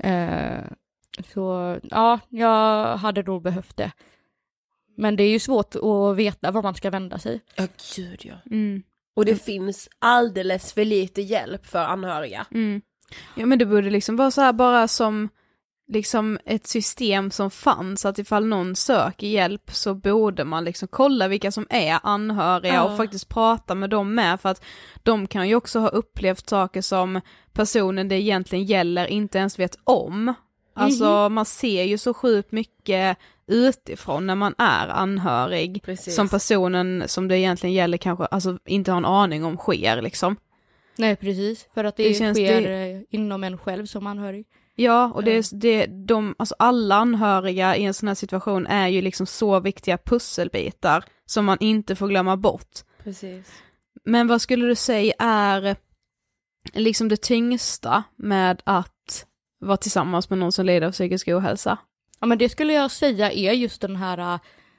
Så ja, jag hade nog behövt det. Men det är ju svårt att veta var man ska vända sig. Ja, gud ja. Och det finns alldeles för lite hjälp för anhöriga. Ja, men det borde liksom vara så här bara som liksom ett system som fanns, att ifall någon söker hjälp så borde man liksom kolla vilka som är anhöriga och faktiskt prata med dem med, för att de kan ju också ha upplevt saker som personen det egentligen gäller inte ens vet om. Alltså man ser ju så sjukt mycket utifrån när man är anhörig. Precis. Som personen som det egentligen gäller kanske alltså inte har en aning om sker liksom. Nej, precis, för att det sker inom en själv som anhörig. Ja, och alltså alla anhöriga i en sån här situation är ju liksom så viktiga pusselbitar som man inte får glömma bort. Precis. Men vad skulle du säga är liksom det tyngsta med att vara tillsammans med någon som lider av psykisk ohälsa? Ja, men det skulle jag säga är just den här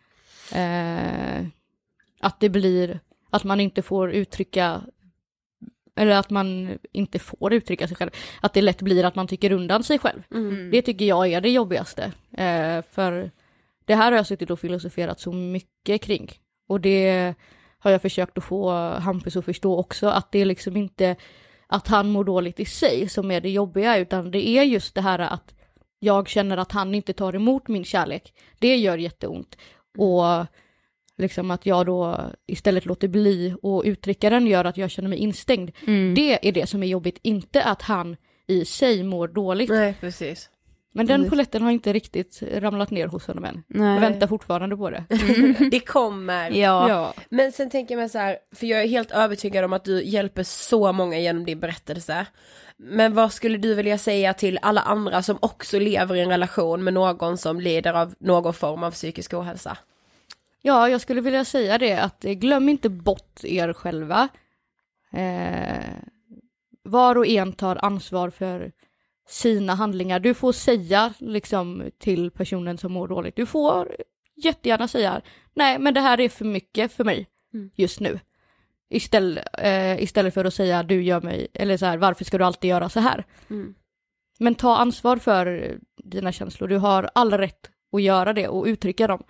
att det blir att man inte får uttrycka, eller att man inte får uttrycka sig själv. Att det lätt blir att man tycker undan sig själv. Det tycker jag är det jobbigaste. För det här har jag suttit och filosoferat så mycket kring. Och det har jag försökt att få Hampus att förstå också. Att det är liksom inte att han mår dåligt i sig som är det jobbiga. Utan det är just det här att jag känner att han inte tar emot min kärlek. Det gör jätteont. Och liksom att jag då istället låter bli och uttrycka den gör att jag känner mig instängd. Det är det som är jobbigt, inte att han i sig mår dåligt. Nej, precis. Men den poletten har inte riktigt ramlat ner hos honom än. Nej. Jag väntar fortfarande på det. Det kommer. Ja. Men sen tänker jag mig så här, för jag är helt övertygad om att du hjälper så många genom din berättelse. Men vad skulle du vilja säga till alla andra som också lever i en relation med någon som lider av någon form av psykisk ohälsa? Ja, jag skulle vilja säga det att glöm inte bort er själva. Var och en tar ansvar för sina handlingar. Du får säga liksom till personen som mår dåligt. Du får jättegärna säga, nej men det här är för mycket för mig just nu. Istället för att säga du gör mig, eller så här, varför ska du alltid göra så här? Men ta ansvar för dina känslor. Du har all rätt att göra det och uttrycka dem.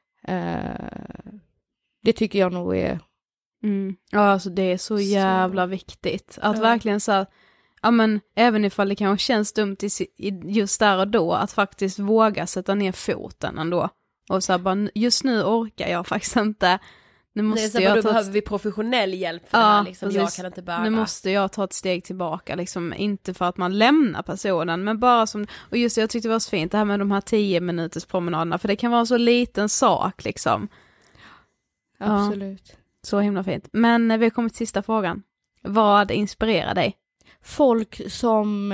Det tycker jag nog är... Ja, alltså det är så jävla viktigt. Att verkligen så här, ja men även ifall det kanske känns dumt just där och då, att faktiskt våga sätta ner foten ändå. Och så här, bara, just nu orkar jag faktiskt inte. Nu måste jag behöver vi professionell hjälp för det här, liksom. Jag kan inte bära. Nu måste jag ta ett steg tillbaka, liksom, inte för att man lämnar personen, men bara som, och just jag tyckte det var så fint det här med de här 10 minuters promenaderna, för det kan vara en så liten sak liksom. Absolut. Ja, så himla fint. Men vi har kommit till sista frågan. Vad inspirerar dig? Folk som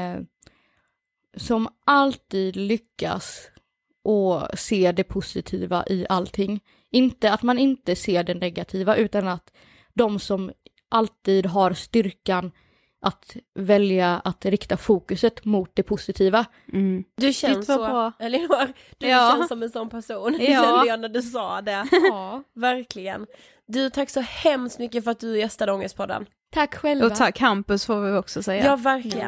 alltid lyckas och se det positiva i allting. Inte att man inte ser det negativa, utan att de som alltid har styrkan att välja att rikta fokuset mot det positiva. Du känns så bra. Elinor, du känns som en sån person. Det kände jag när du sa det. Ja, verkligen. Du, tack så hemskt mycket för att du gästade Ångestpodden. Tack själva. Och tack Hampus får vi också säga. Ja, verkligen.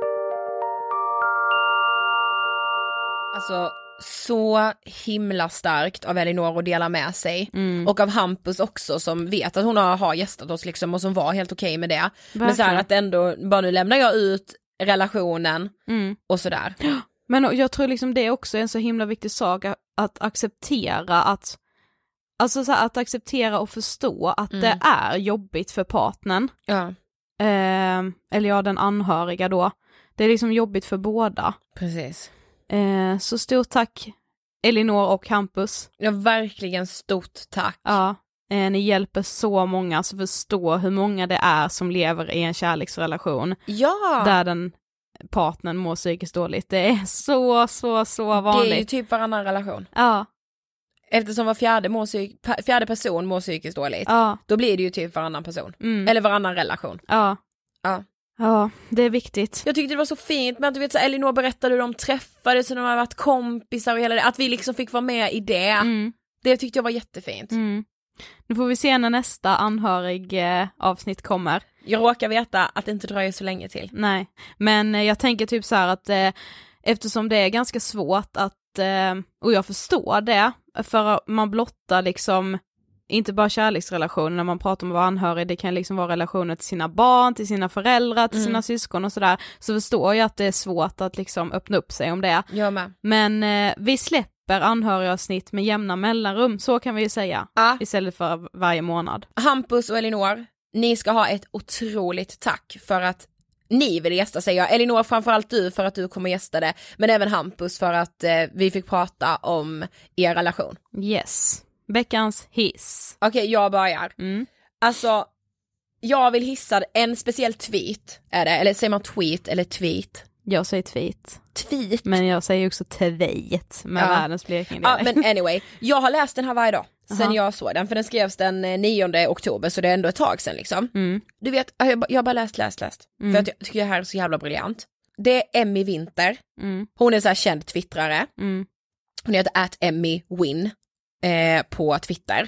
Alltså, så himla starkt av Elinor att dela med sig. Och av Hampus också, som vet att hon har gästat oss liksom, och som var helt okej med det. Verkligen. Men så här att ändå, bara nu lämnar jag ut relationen och sådär. Men jag tror liksom det är också en så himla viktig sak att acceptera att, alltså så här, att acceptera och förstå att det är jobbigt för partnern. Ja. Eller den anhöriga då. Det är liksom jobbigt för båda. Precis. Så stort tack Elinor och Hampus. Ja, verkligen stort tack. Ja, ni hjälper så många att förstå hur många det är som lever i en kärleksrelation. Ja. Där den partnern mår psykiskt dåligt. Det är så vanligt. Det är ju typ varannan relation. Ja. Eftersom var fjärde person mår psykiskt dåligt. Ja. Då blir det ju typ varannan person. Eller varannan relation. Ja. Ja. Ja, det är viktigt. Jag tyckte det var så fint, men du vet så Elinor berättade hur de träffades, så de har varit kompisar och hela det, att vi liksom fick vara med i det. Det tyckte jag var jättefint. Nu får vi se när nästa anhörig avsnitt kommer. Jag råkar veta att det inte dröjer så länge till. Nej, men jag tänker typ så här att eftersom det är ganska svårt att, och jag förstår det, för man blottar liksom inte bara kärleksrelationer när man pratar om att vara anhörig, det kan liksom vara relationer till sina barn, till sina föräldrar, till sina syskon och sådär, så förstår jag att det är svårt att liksom öppna upp sig om det. Jag med. Men vi släpper anhörigavsnitt med jämna mellanrum, så kan vi ju säga, istället för varje månad. Hampus och Elinor, ni ska ha ett otroligt tack för att ni vill gästa, säger jag. Elinor, framförallt du för att du kommer gästa det, men även Hampus för att vi fick prata om er relation. Yes. Veckans hiss. Okej, jag börjar. Alltså, jag vill hissa en speciell tweet, är det? Eller säger man tweet eller tweet? Jag säger tweet. Tweet? Men jag säger också tweet med världens Blekinge. Ja, men anyway. Jag har läst den här varje dag sen jag såg den, för den skrevs den 9 oktober, så det är ändå ett tag sen liksom. Du vet, jag har bara läst. För att jag tycker det här är så jävla briljant. Det är Emmy Winter. Hon är så här känd twittrare. Hon heter @EmmyWin på Twitter.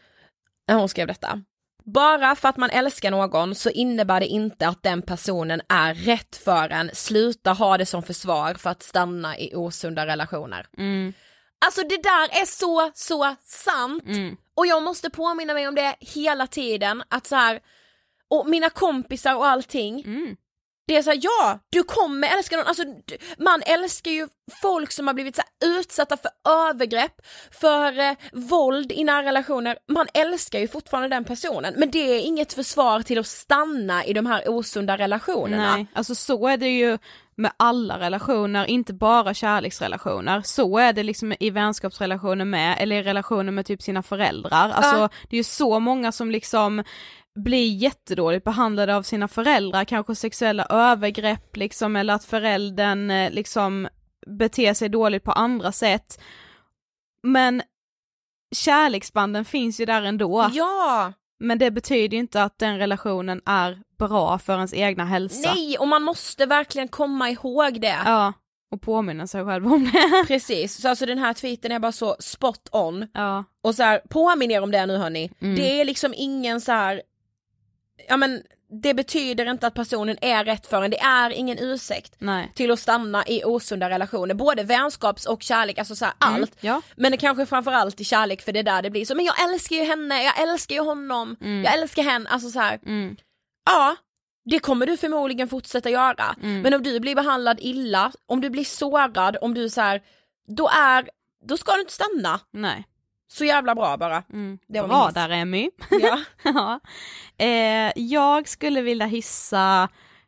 Hon skrev detta. Bara för att man älskar någon så innebär det inte att den personen är rätt för en. Sluta ha det som försvar för att stanna i osunda relationer. Alltså det där är så sant. Och jag måste påminna mig om det hela tiden. Att så här, och mina kompisar och allting. Det är så här, ja, du kommer älska någon. Alltså, man älskar ju folk som har blivit så här utsatta för övergrepp, för våld i nära relationer. Man älskar ju fortfarande den personen, men det är inget försvar till att stanna i de här osunda relationerna. Nej, alltså så är det ju med alla relationer, inte bara kärleksrelationer. Så är det liksom i vänskapsrelationer med, eller i relationer med typ sina föräldrar. Alltså det är ju så många som liksom blir jättedåligt behandlade av sina föräldrar, kanske sexuella övergrepp liksom, eller att föräldern liksom beter sig dåligt på andra sätt. Men kärleksbanden finns ju där ändå. Ja! Men det betyder inte att den relationen är bra för ens egna hälsa. Nej, och man måste verkligen komma ihåg det. Ja, och påminna sig själv om det. Precis, så alltså den här tweeten är bara så spot on. Ja. Och så här, påminn er om det nu hörni. Det är liksom ingen så här, ja men det betyder inte att personen är rätt för en. Det är ingen ursäkt till att stanna i osunda relationer. Både vänskaps- och kärlek, alltså så här, allt. Ja. Men det kanske framförallt i kärlek, för det är där det blir så. Men jag älskar ju henne, jag älskar ju honom, jag älskar henne. Alltså så här, ja, det kommer du förmodligen fortsätta göra. Men om du blir behandlad illa, om du blir sårad, om du så här, då ska du inte stanna. Nej. Så jävla bra bara. Det var bra där, Emmy. Ja. Ja. Jag skulle vilja hissa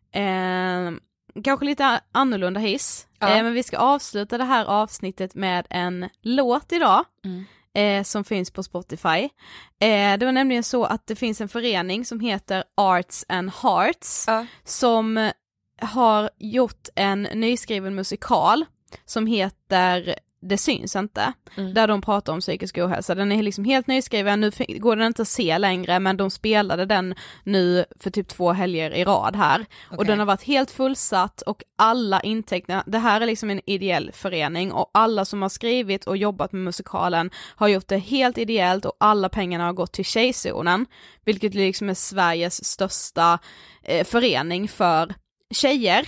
kanske lite annorlunda hiss. Men vi ska avsluta det här avsnittet med en låt idag. Som finns på Spotify. Det var nämligen så att det finns en förening som heter Arts and Hearts som har gjort en nyskriven musikal som heter Det syns inte, där de pratar om psykisk ohälsa. Den är liksom helt nyskriven, nu går den inte att se längre, men de spelade den nu för typ 2 helger i rad här. Och den har varit helt fullsatt, och alla intäkter, det här är liksom en ideell förening, och alla som har skrivit och jobbat med musikalen har gjort det helt ideellt, och alla pengarna har gått till Tjejzonen, vilket liksom är Sveriges största förening för tjejer.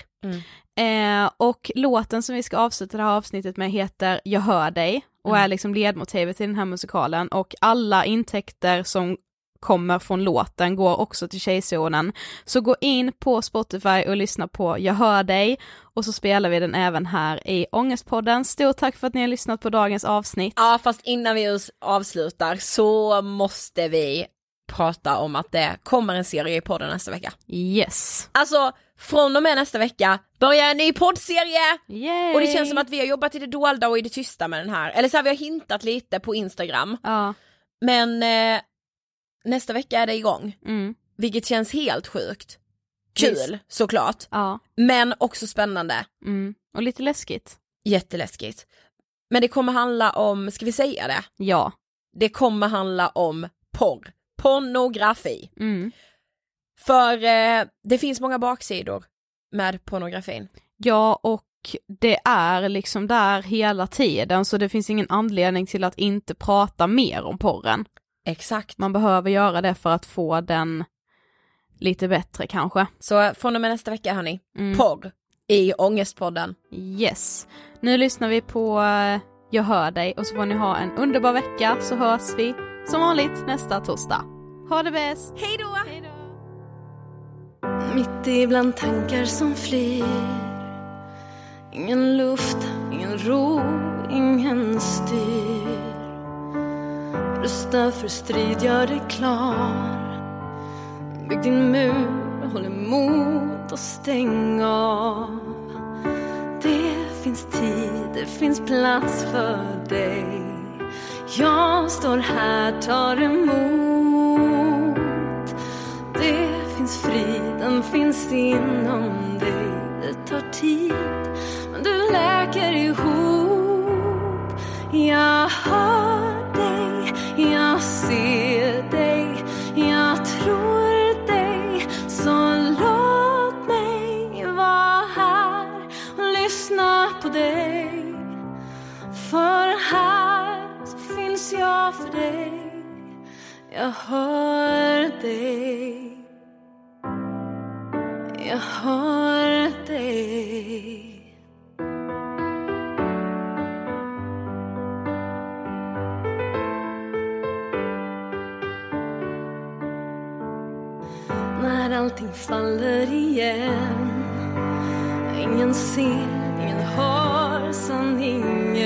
Och låten som vi ska avsluta det här avsnittet med heter Jag hör dig, och är liksom ledmotivet i den här musikalen, och alla intäkter som kommer från låten går också till Tjejzonen. Så gå in på Spotify och lyssna på Jag hör dig, och så spelar vi den även här i Ångestpodden. Stort tack för att ni har lyssnat på dagens avsnitt. Ja, fast innan vi avslutar så måste vi prata om att det kommer en serie i podden nästa vecka. Yes. Alltså, från och med nästa vecka börjar en ny poddserie. Yay. Och det känns som att vi har jobbat i det dolda och i det tysta med den här. Eller så här, vi har hintat lite på Instagram. Ja. Men nästa vecka är det igång. Vilket känns helt sjukt. Kul, såklart. Ja. Men också spännande. Och lite läskigt. Jätteläskigt. Men det kommer handla om, ska vi säga det? Ja. Det kommer handla om pornografi. För det finns många baksidor med pornografin. Ja, och det är liksom där hela tiden, så det finns ingen anledning till att inte prata mer om porren. Exakt. Man behöver göra det för att få den lite bättre kanske. Så från och med nästa vecka hörni, porr i Ångestpodden. Yes. Nu lyssnar vi på Jag hör dig, och så får ni ha en underbar vecka, så hörs vi som vanligt nästa torsdag. Ha det bäst! Hej då! Mitt ibland tankar som flyr, ingen luft, ingen ro, ingen styr. Rösta för strid, gör det klar. Bygg din mur, håll emot och stäng av. Det finns tid, det finns plats för dig. Jag står här, tar emot. Det finns frid, den finns inom dig. Det tar tid, men du läker ihop. Jag hör dig, jag ser dig, jag tror dig. Så låt mig vara här och lyssna på dig. För här så finns jag för dig. Jag hör dig. Jag hör dig. När allting faller igen, Ingen ser, ingen hör sanningen.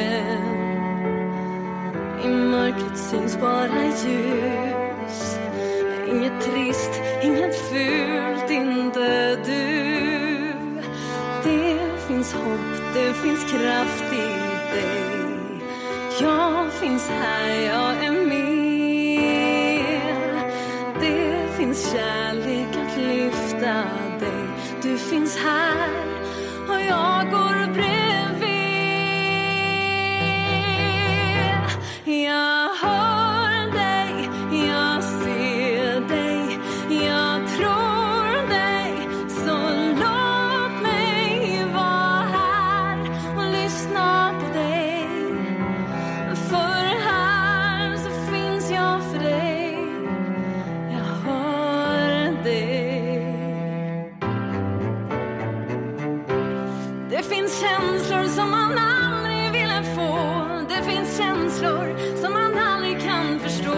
I mörkret syns bara ljus. Inget trist, inget fult, inte du. Det finns hopp, det finns kraft i dig. Jag finns här, jag är med. Det finns kärlek att lyfta dig. Du finns här och jag går bredvid. Jag hör dig, jag ser dig, jag tror dig. Så låt mig vara här och lyssna på dig. För här så finns jag för dig. Jag hör dig. Det finns känslor som man aldrig ville få. Det finns känslor som man aldrig kan förstå.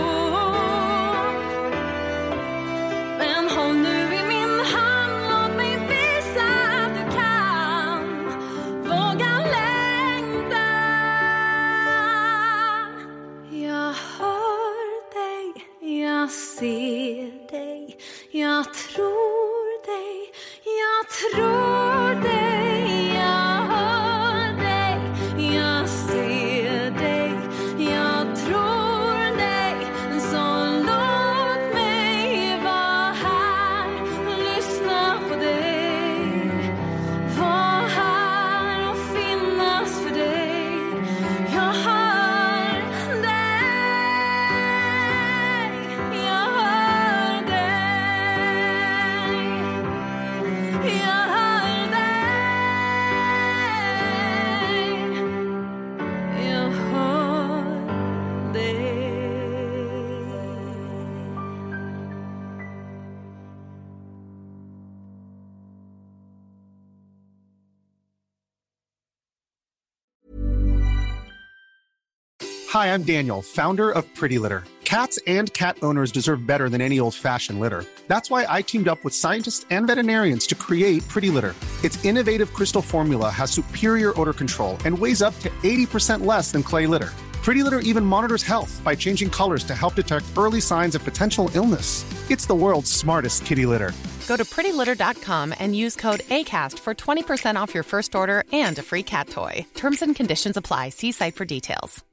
Men håll nu i min hand, låt mig visa att du kan. Våga längta. Jag hör dig, jag ser dig, jag tror dig, jag tror dig. Jag hör dig, jag ser dig, jag tror dig. Så låt mig vara här och lyssna på dig. Var här och finnas för dig. Jag hör dig, jag hör dig. Jag hör dig, jag hör dig. Hi, I'm Daniel, founder of Pretty Litter. Cats and cat owners deserve better than any old-fashioned litter. That's why I teamed up with scientists and veterinarians to create Pretty Litter. Its innovative crystal formula has superior odor control and weighs up to 80% less than clay litter. Pretty Litter even monitors health by changing colors to help detect early signs of potential illness. It's the world's smartest kitty litter. Go to prettylitter.com and use code ACAST for 20% off your first order and a free cat toy. Terms and conditions apply. See site for details.